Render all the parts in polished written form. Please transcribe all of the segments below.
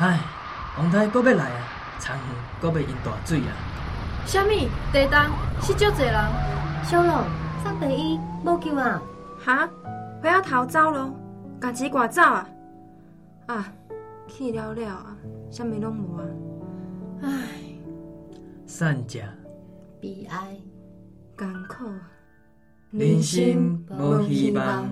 唉，王太阁要来啊，田园阁要淹大水啊！ 啥物？地动死足侪人。 小龙，送第一无救啊！ 哈，回啊逃走咯，家己赶走啊！啊，去了了啊，啥物拢无啊！唉， 善者悲哀， 艰苦， 人生无希望。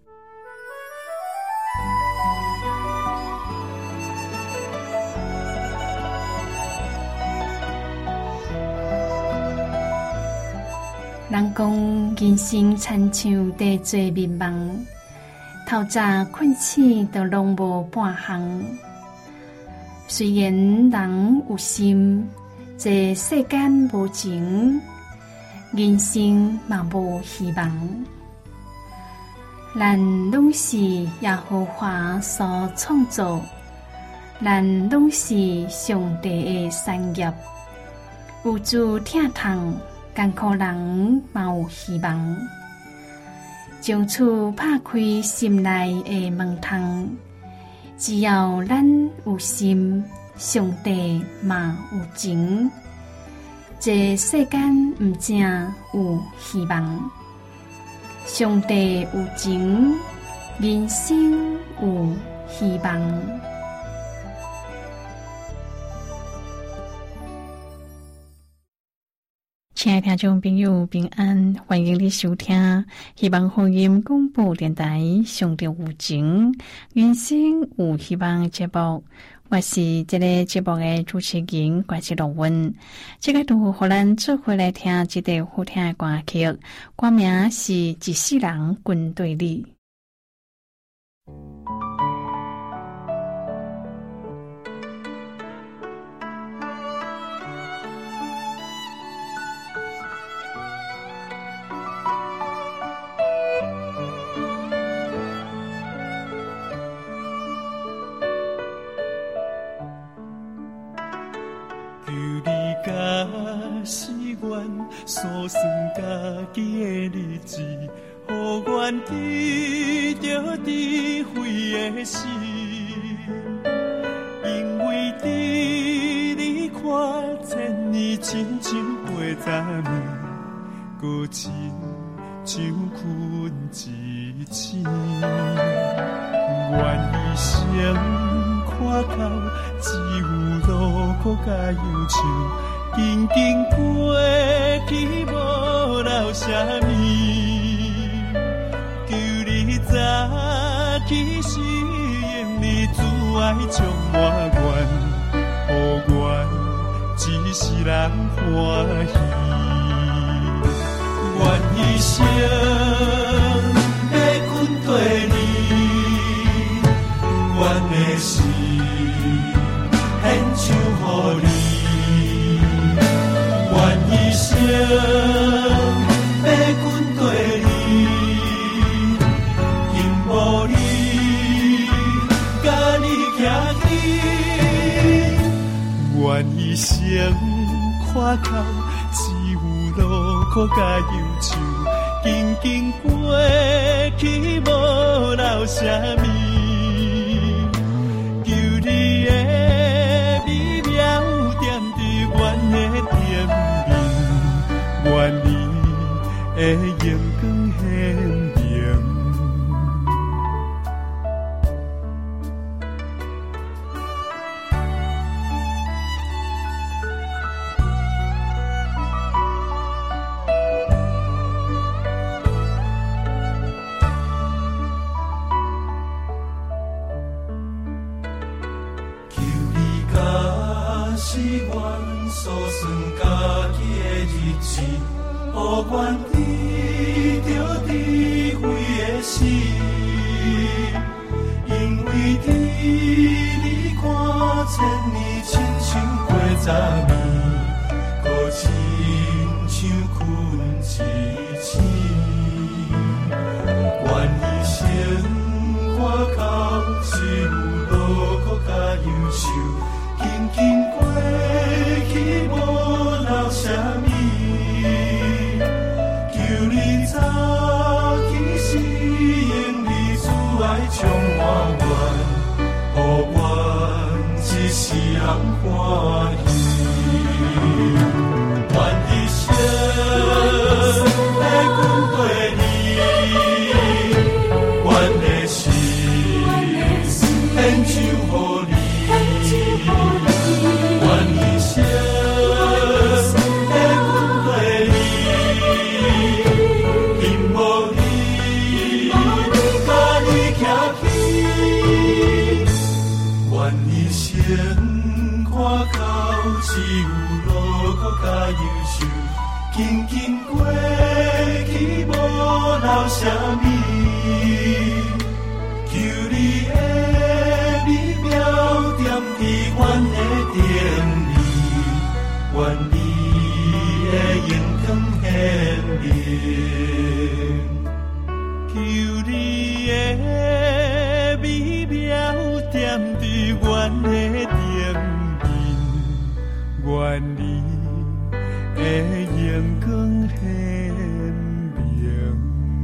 人讲人生亲像地做迷茫，透早困醒都拢无半项。虽然人有心，这世间无情，人生嘛无希望。咱拢是耶和华所创造，咱拢是上帝的产业，有主疼痛。艰苦人嘛有希望，将厝拍开心内的门窗。只要咱有心，上帝嘛有情。这世间不正有希望，上帝有情，人生有希望。亲爱的听众朋友平安，欢迎你收听希望福音广播电台上帝有情人生有希望节目，我是这个节目的主持人关系龙文。这个都互咱做回来听这个好听的歌曲，歌名是一世人军队里。 是阮所算家己的日子，予阮得到智慧的心，因为伫你看千年亲像八十年，搁亲像困一醒，愿一生看到只有路苦甲忧愁。紧紧过去，无留啥物，求你早起时用你慈爱充满愿，予阮一世人欢喜。愿一生在军队里，阮的心献上予你。愿一生在军队里，因无你，甲你行起。愿一生看到只有路苦甲忧愁，紧紧过去，无留啥物，求你的美妙点伫阮的愿你的阳光显明，求你甲是阮所算家己的日子。予阮得到智慧的心，因为伫你看千年亲像八十年，搁亲像困一醒。愿一生看到只有路苦甲忧愁，紧紧过去，无留啥物。求你早起时，用你慈爱充满愿，予阮一心欢喜，愿一生会跟对你，愿的心献上予你，愿一生会跟对你，因无你，甲你徛起，愿一生看到只有落苦甲忧愁，紧紧过去无留啥物，求你的美妙点伫阮的顶面，愿你的荣光显明，求你的美妙点伫阮的顶面，愿你的阳光显明。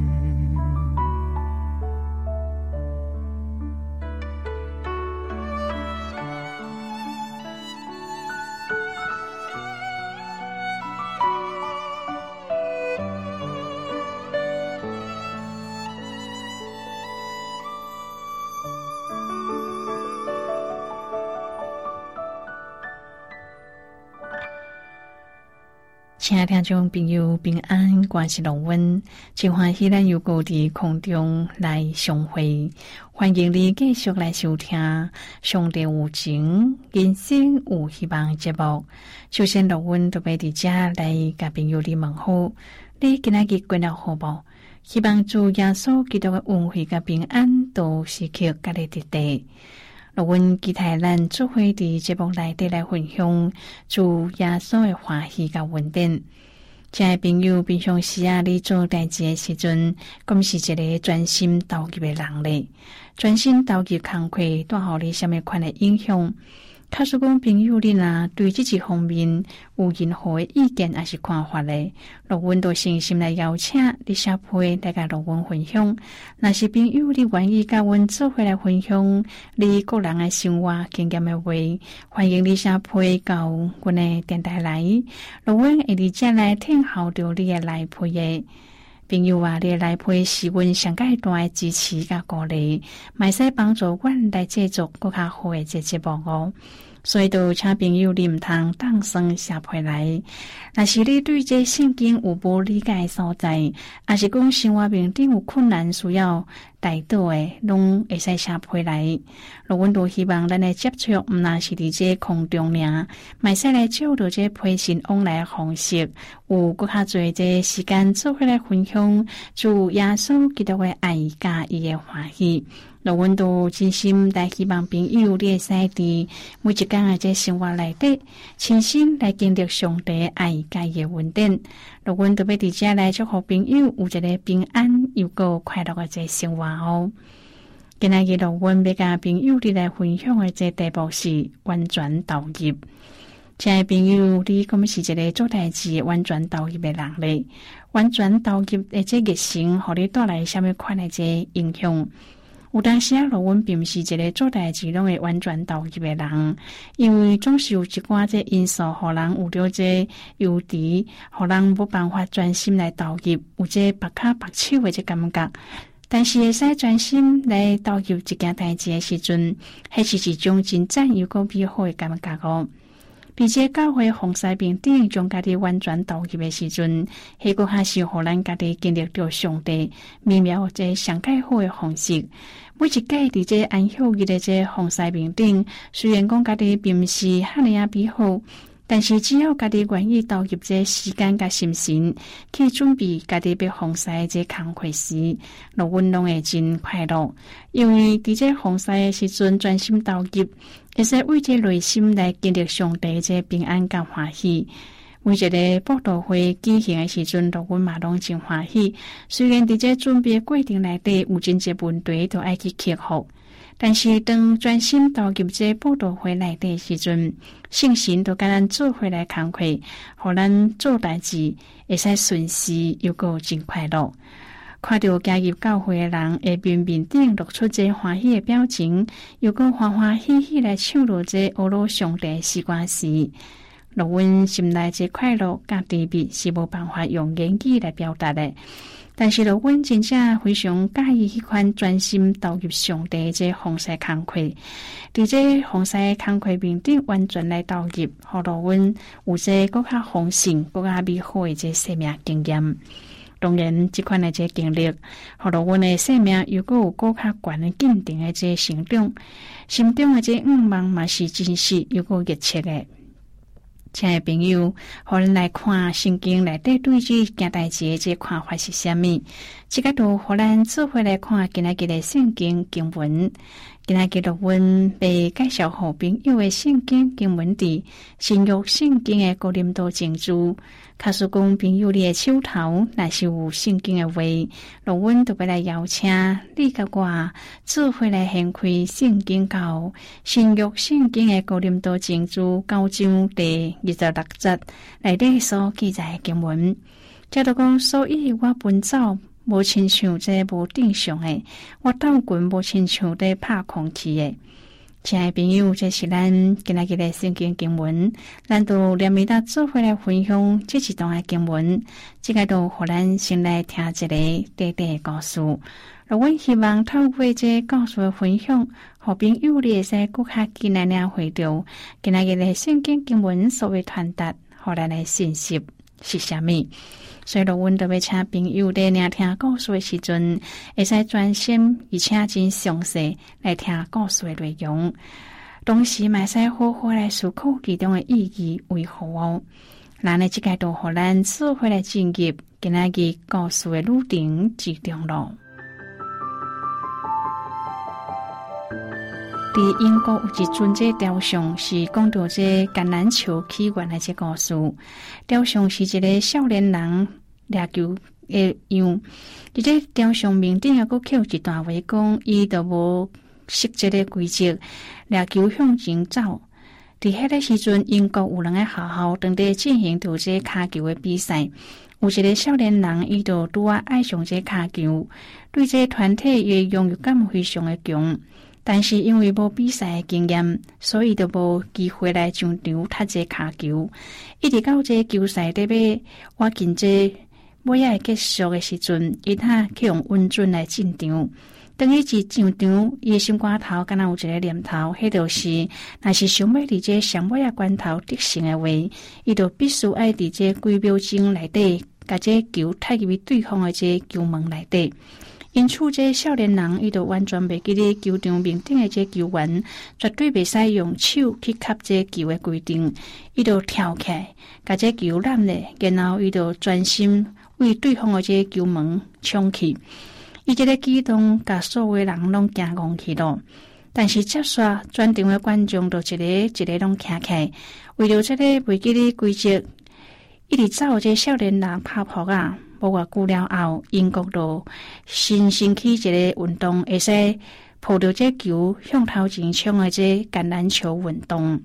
亲爱听众朋友平安，我是龙温，真欢喜咱又搁伫空中来相会，欢迎你继续来收听上帝有情人生有希望节目。首先龙温就要伫遮来甲朋友你问好，你今仔日过得好无？希望主耶稣基督的恩惠甲平安都时刻甲你伫地。阮期待咱做伙伫节目内底来分享主耶稣的欢喜甲稳定。亲爱朋友，平常时啊，你做代志的时阵，敢是一个专心投入的人咧？专心投入工课，带互你什么款的影响？假使讲朋友你若对这一方面有任何的意见还是看法咧，阮都诚心来邀请你写批来甲阮分享。若是朋友你愿意甲阮做伙来分享你个人的生活经验的话，欢迎你写批到阮的电台来，阮会伫遮来听候着你的来批的。朋友啊，你的来批是阮上界大的支持甲鼓励，嘛使帮助阮来制作更较好的节目哦。所以就请朋友你唔通当生写批来。若是你对这圣经有无理解的所在，还是讲生活面顶有困难需要带导的，拢会使写批来。阮都希望咱的接触唔那是伫这空中尔，嘛使来照着这批信往来的方式，有更较侪这时间做伙来分享主耶稣基督的爱甲伊的欢喜。阮都真心来希望朋友你会使伫每一天的这生活内底，亲身来经历上帝爱甲伊的稳定。阮都要伫遮来祝福朋友有一个平安又个快乐的这生活哦。今仔日阮要甲朋友你来分享的这题目是完全投入。亲爱朋友，你敢是一个做代志完全投入的人咧？完全投入的这热情，互你带来什么款的这影响？有当时啊，阮并不是一个做代志拢会完全投入的人，因为总是有一寡这因素，互人有着这忧虑，互人无办法专心来投入，有这白卡白手的这感觉。但是会使专心来投入一件代志的时阵，迄是一种真赞又个美好的感觉哦。伫这教会红西面顶将家己完全投入的时阵，迄个还是互咱家己经历到上帝美妙这上介好的方式。每一届伫这安休日的这红西面顶，虽然讲家己并不是遐尼啊美好，但是只要家己愿意投入这时间甲心神去准备家己要红西这工课时，阮拢会真快乐。因为伫这红西的时阵专心投入，会使为这内心来经历上帝这平安甲欢喜。每一个布道会举行的时阵，阮嘛拢真欢喜。虽然伫这准备过程内底有真侪问题都爱去克服，但是当专心投入这布道会内底的时阵，圣神都甲咱做伙来工课，互咱做代志会使顺时又个真快乐。 看到加入教会的人会面顶露出这欢喜的表情，又搁欢欢喜喜来唱落这阿罗上帝诗歌时，若阮心内这快乐甲甜蜜是无办法用言语来表达的。但是，若阮真正非常介意迄款专心投入上帝这丰盛工课，伫这丰盛工课面顶完全来投入，互若阮有这更较丰盛、更较美好的这生命经验。当然，这款的这经历，互若阮的生命又搁有更较悬的坚定的这成长，心中的这愿望嘛是真实又搁热切的。亲爱的朋友，互咱来看圣经内底对这件代志的这看法是啥物？这个都互咱做伙来看今仔日的圣经经文。今仔日阮被介绍互朋友的圣经经文伫新约圣经的哥林多前书。假使讲朋友你的手头若是有圣经的话，若阮就要来邀请你甲我做伙来掀开圣经到新约圣经的哥林多前书9章第26节内底所记载的经文。这就讲，所以我奔走无亲像这无定向的，我斗滚无亲像在拍空气的。亲爱的朋友，这是咱今仔日的圣经经文，咱都连面搭做伙来分享这一段的经文，这个都互咱先来听一个短短的故事。阮希望透过这故事的分享，互朋友你会使更较简单领会到今仔日的圣经经文所谓传达，互咱的信息是啥物。所以，阮都要请朋友在聆听故事的时阵，会使专心而且真详细来听故事的内容，同时嘛使好好来思考其中的意义为何哦。咱的这个都互咱做伙来进入今仔日故事的旅程之中咯。伫英国有一尊这雕像，是讲到这橄榄球起源的这故事。雕像是一个少年人掠球的样，伫这雕像面顶还佫刻一段话，讲伊就无熟这个规则，掠球向前走。伫迄个时阵，英国有2个学校当地进行着这骹球的比赛。有一个少年人，伊就拄爱上这骹球，对这团体伊的荣誉感非常的强。但是因为无比赛的经验，所以就无机会来上场踢这骹球。一直到这球赛得要我近这尾仔结束的时阵，伊去用温准来进场。等于一上场，伊的心肝头敢若有一个念头，迄就是若是想要伫这上尾仔关头得胜的话，伊就必须爱伫这几秒钟内底，甲这球踢入去对方的这球门内底。因此，这少年人伊就完全袂记咧球场面顶的这球员绝对袂使用手去吸这球的规定，伊就跳起来，甲这球揽咧，然后伊就专心为对方的这球门冲去。伊这个举动，甲所有人拢惊戆去咯。但是接煞全场的观众就一个拢徛起来，为了这个袂记咧规则，一直走这少年人拍扑啊。无偌久了后，英国就新兴起一个运动，会使抱着这球向头前冲的这橄榄球运动。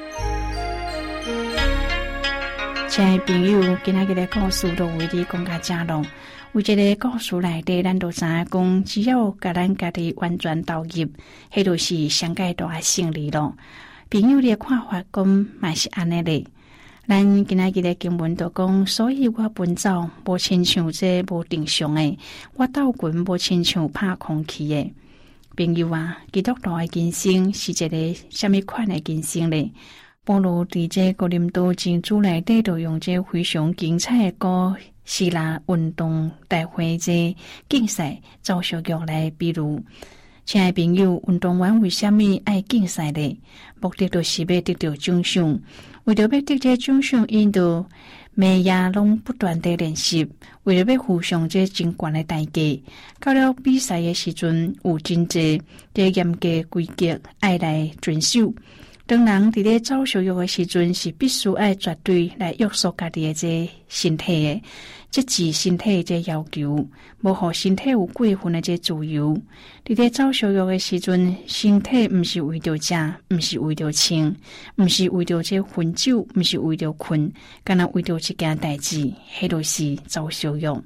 亲爱的朋友，今仔日的故事都为你讲较正咯。为这个故事内底，咱都知影讲，只要甲咱家己完全投入，迄就是上界大的胜利咯。朋友你的看法讲嘛是安尼咧。咱今仔日的经文就讲，所以我奔走无亲像这无定向的，我斗滚无亲像拍空气的。朋友啊，基督徒的人生是一个什么款的人生呢？保罗伫这哥林多前书内底，就用这非常精彩的歌希腊运动大会这竞赛造小剧来比如。亲爱朋友，运动员为什么爱竞赛呢？目的就是要得到奖赏。为了要得这奖赏，因就每夜拢不断地练习，为了要付上这真悬的代价。到了比赛的时阵，有真济这严格规则爱来遵守。当人伫咧走小路的时阵，是必须爱绝对来约束家己的这身体的，即是身体的这要求，无互身体有过分的这自由。伫咧走小路的时阵，身体毋是为着食，毋是为着穿，毋是为着这分酒，毋是为着困，敢若为着一件代志，迄就是走小路。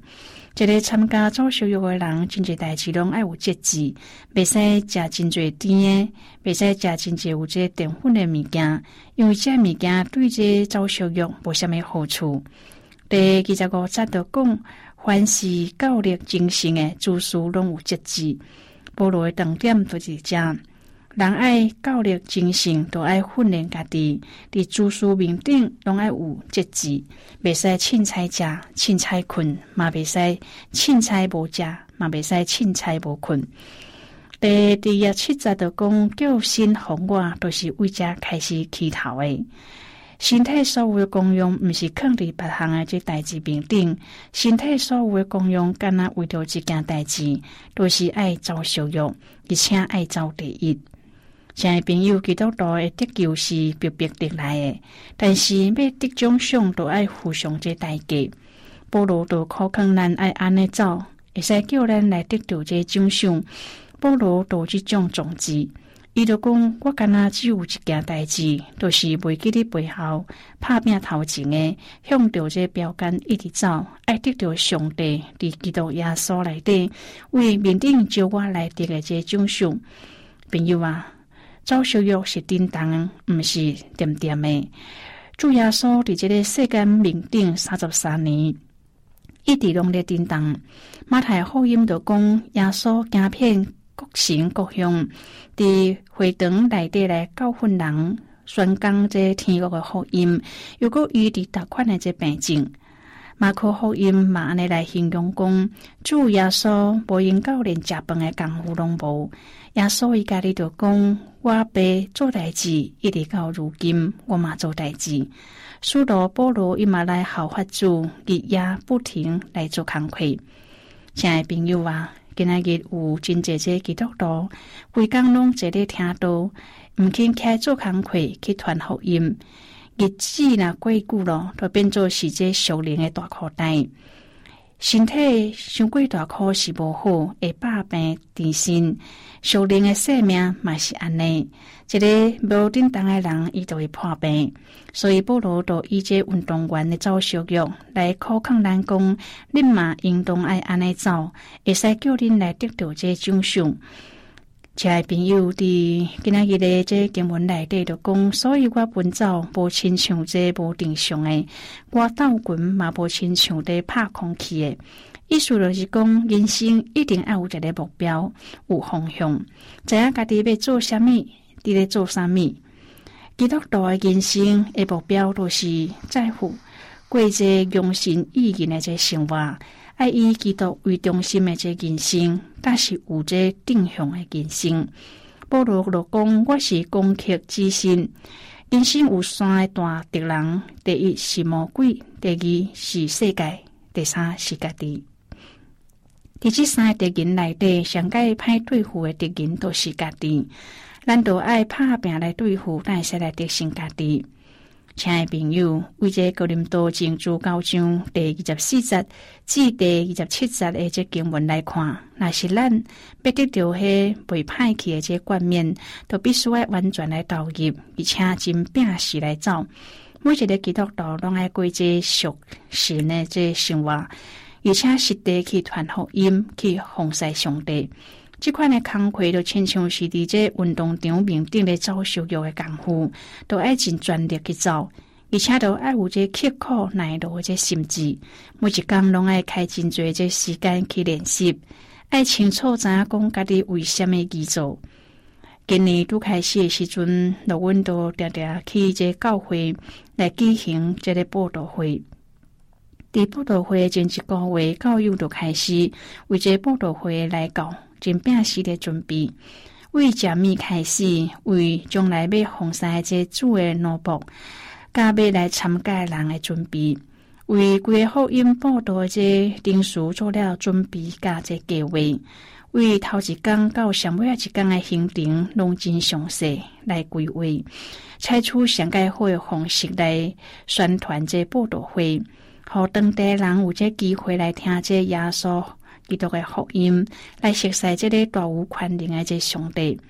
一个参加早烧肉的人，真侪代志拢爱有节制，袂使食真侪甜的，袂使食真侪有这淀粉的物件，因为这物件对这早烧肉无啥物好处。第25节就讲，凡是教力精神的主事拢有节制。保罗的重点就是这，人爱教力精神，都爱训练家己，伫主事面顶拢爱有节制，袂使凊彩食、凊彩困，嘛袂使凊彩无食，嘛袂使凊彩无困。第27节就讲，叫心红我，都是为这开始起头的。身体所有的功用，毋是放伫别项的这代志面顶，身体所有的功用，干那为着一件代志，都是爱早烧肉，而且爱走第一。亲爱朋友，基督徒的得救是逼迫得来的，但是要得奖赏，都爱付上这代价。保罗就考劝咱爱安尼走，会使叫咱来得到这奖赏。保罗就这种宗旨。伊就讲，我敢若只有一件代志，就是袂记伫背后拍拼头前的，向着这标杆一直走，爱得到上帝伫基督耶稣内底为面顶招我来得的这奖赏。朋友啊，早烧肉是叮当，毋是甜甜的。主耶稣伫这个世间面顶33年，一直拢咧叮当。马太福音就讲，耶稣行遍各城各乡，伫会堂内底来教训人，宣讲这天国的福音，又搁医治大款的这病症。马可福音嘛安尼来形容讲，主耶稣无因教连食饭的功夫拢无。耶稣伊家己就讲，我爸做代志，一直到如今，我嘛做代志。使徒保罗伊嘛来效法主，日夜不停来做工课。亲爱的朋友啊，今仔日有真侪这基督徒，规工拢坐咧听道，毋肯起做工课去传福音。日子若过久咯，就变做是这属灵的大苦担。身体伤过大苦是无好，会百病缠身。属灵的生命嘛是安尼，一个无叮当的人，伊就会破病。所以保罗就以这运动员的早烧肉来考劝咱讲，恁嘛应当爱安尼走，会使叫恁来得到这奖赏。亲爱朋友，伫今仔日的这经文内底就讲，所以我奔走无亲像这无定向的，我斗滚嘛无亲像在拍空气的。意思就是讲，人生一定要有一个目标，有方向，知影家己要做啥物，伫咧做啥物。基督徒的人生的目标，就是在乎过这用心意义的这生活。爱以基督为中心的这人生，但是有这定向的人生。保罗就讲，我是攻克之心。人生有三个大敌人：第一是魔鬼，第二是世界，第三是家己。伫这三个敌人内底，上界歹对付的敌人都是家己。咱都爱拍拼来对付，但会使来得胜家己。亲爱的朋友，为这哥林多前书9章第24节至第27节的这经文来看，若是咱要得到迄袂歹去的这冠冕，都必须要完全来投入，而且真拼死来走。每一个基督徒拢爱过这属神的这生活，而且实地去传福音，去奉侍上帝。这款的工课就亲像是伫这运动场面顶咧走烧肉的功夫，都爱真专力去走，而且都爱有这刻苦耐劳的这心智。每一工拢爱开真侪这时间去练习，爱清楚知影讲家己为什么而做。今年拄开始的时阵，阮都常常去这教会来举行这个布道会。伫布道会前一个月，教友就开始为这布道会来搞。真拼死的准备，为食物开始，为将来要奉侍这主的奴仆，甲要来参加人的准备，为规个福音报道这定数做了准备甲这计划，为头一天到上尾一天的行程，拢真详细来规划，采取上介好的方式来宣传这报道会，互当地人有这机会来听这耶稣基督的福音，来熟悉这个大有权能的这上帝。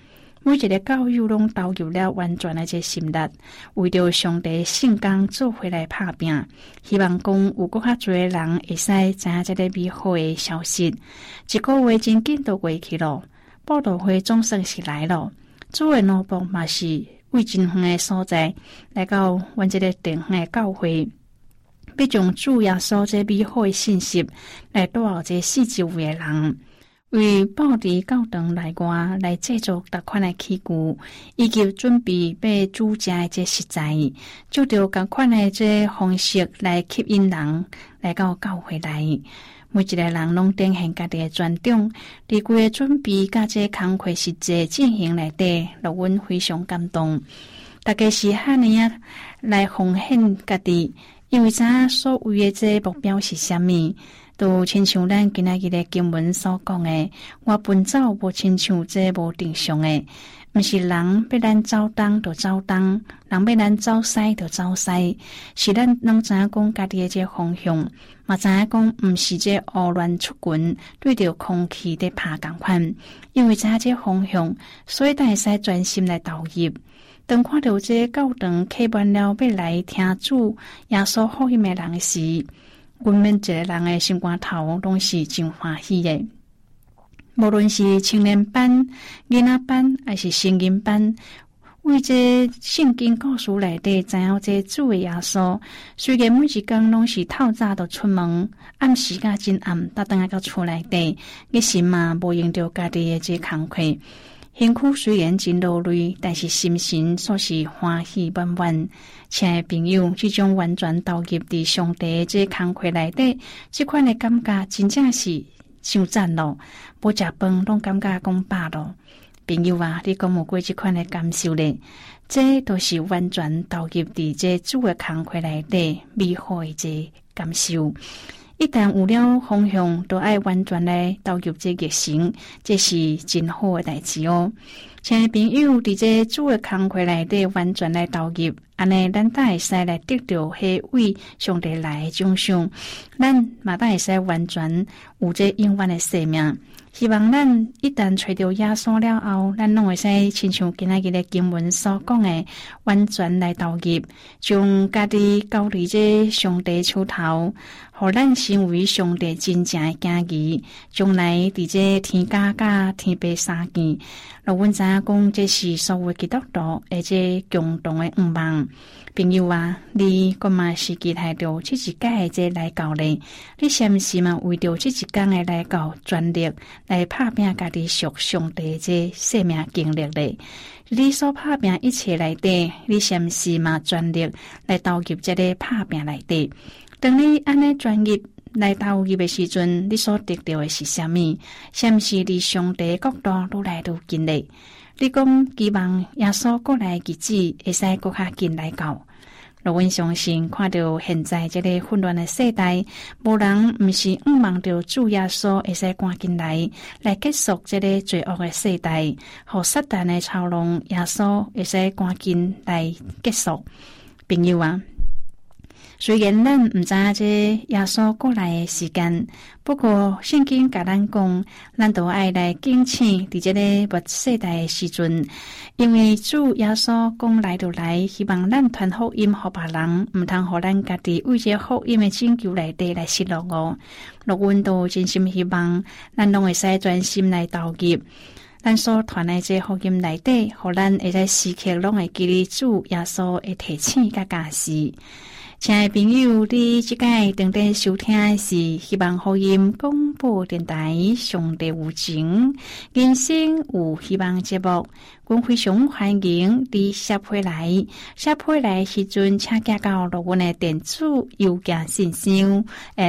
每一个教友拢投入了完全的这心力，为着上帝圣工做回来打拼，希望讲有更较侪人会使知影这个美好的消息。一个月真紧都过去了，报道会总算是来了。主的奴仆嘛是为真远的所在来到阮这个地方的教会，要将主耶稣这美好的信息来带予这四周围的人。为报伫教堂内外来制作各款的器具，以及准备被主食的这食材，就着各款的这方式来吸引人来到教会来。每一个人拢展现家己的专长，伫规个准备甲这工课实际进行内底，让阮非常感动。大家是遐尼啊来奉献家己，因为知影所谓的这目标是啥物。都亲像咱今仔日的经文所讲的，我奔走无亲像这无定向的，毋是人要咱走东就走东，人要咱走西就走西，是咱拢知影讲家己的这方向，嘛知影讲毋是这胡乱出拳对着空气在拍同款，因为知影这方向，所以咱会使专心来投入。当看到这教堂客满了要来听主耶稣福音的人时，阮们一个人的心肝头拢是真欢喜的。无论是青年班、囡仔班还是成人班，为这圣经故事内底知影这主的耶稣，虽然每一天拢是透早就出门，暗时甲真暗，才等到厝内底，一心嘛无用着家己的这工课。辛苦虽然真劳累，但是心神却是欢喜满满。亲爱的朋友，这种完全投入伫上帝的这工课内底，这款的感觉真正是伤赞咯！无食饭拢感觉讲饱咯。朋友啊，你讲有过这款的感受咧？这都是完全投入伫这主的工课内底美好的这感受。一旦有了方向，都爱完全来投入这热情，这是真好的代志哦。亲爱朋友，伫这主的工课内底完全来投入，安尼咱才会使来得到迄位上帝来的奖赏，咱嘛才会使完全有这永远的生命。希望咱一旦找到耶稣了后，咱拢会使亲像今仔日的经文所讲的，完全来投入，将家己交伫这上帝手头，互咱成为上帝真正的囝儿，将来伫这天家甲天父相见。若阮知影讲，这是所有基督徒而且共同的愿望。朋友啊，你个嘛是期待着这一届的这来到咧？你是毋是嘛为着这一天的来到全力来打拼家己属上帝这生命经历咧？你所打拼一切内底，你是毋是嘛全力来投入这个打拼内底？当你安尼专业来投入的时阵，你所得到的是啥物？是毋是离上帝国度愈来愈近咧？你讲希望耶稣过来的日子会使更较近来到。若阮相信，看到现在这个混乱的世代，无人毋是仰望着主耶稣会使赶紧来结束这个罪恶的世代，互撒旦的操弄，耶稣会使赶紧来结束。朋友啊，虽然咱毋知影这耶稣过来的时间，不过圣经甲咱讲，咱都爱来警醒伫这个末世代的时阵，因为主耶稣讲来就来，希望咱传福音互别人，毋通互咱家己为这福音的拯救内底来失落哦。若阮都真心希望，咱拢会使专心来投入。咱所传的这福音内底，互咱会使时刻拢会记得主耶稣的提醒甲教示。亲爱的朋友，你即届等待收听的是希望福音广播电台上帝有情人生有希望节目，阮非常欢迎你写回来时阵，请寄到落阮的电子邮件信箱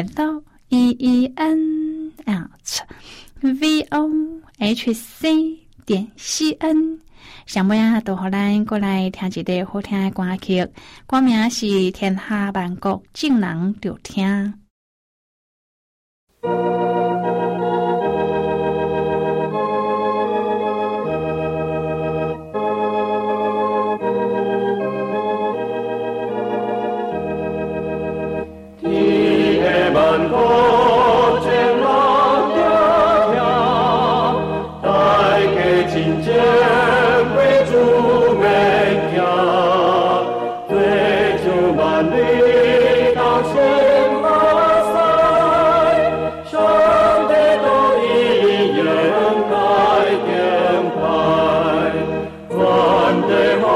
leonvohc.cn。上尾啊，都互咱过来听一个好听的歌曲，歌名是《天下万国众人着听》。 天万国众人着听，大家真正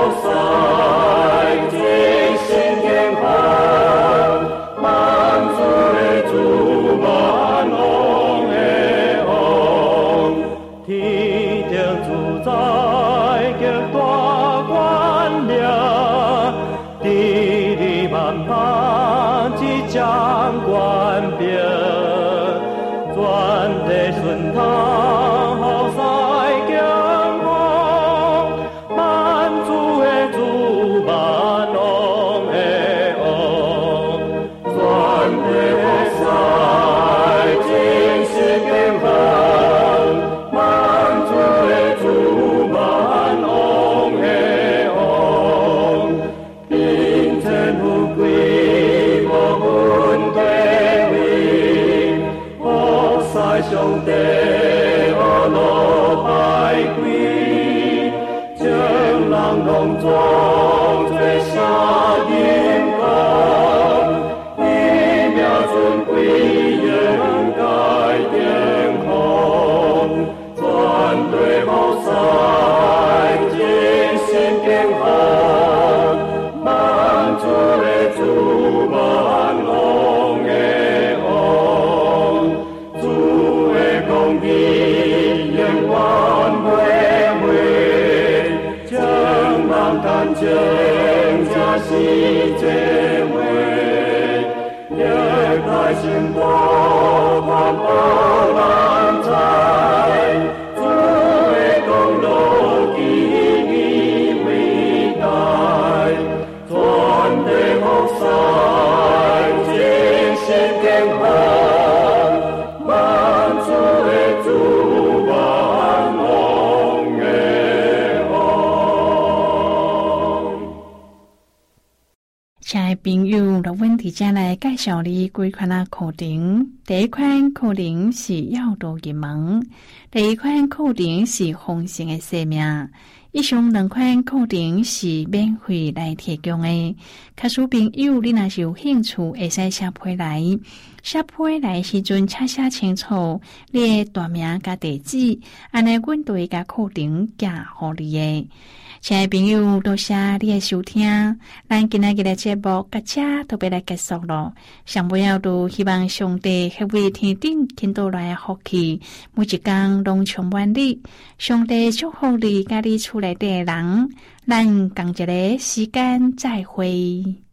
亲爱朋友，我们伫遮来介绍你几款课程。第一款课程是要道入门，第二款课程是丰盛的生命。以上两款课程是免费来提供的。卡数朋友，你若是有兴趣，会使写批来。写批来时阵，请写清楚你的大名甲地址，安尼阮就会甲课程寄互你的。亲爱朋友，多谢你的收听，咱今仔日的节目到这就要来结束了。上尾要都希望上帝迄位天顶倾倒来的福气，每一天拢充满你。上帝祝福你甲你厝内底的人，咱同一个时间再会。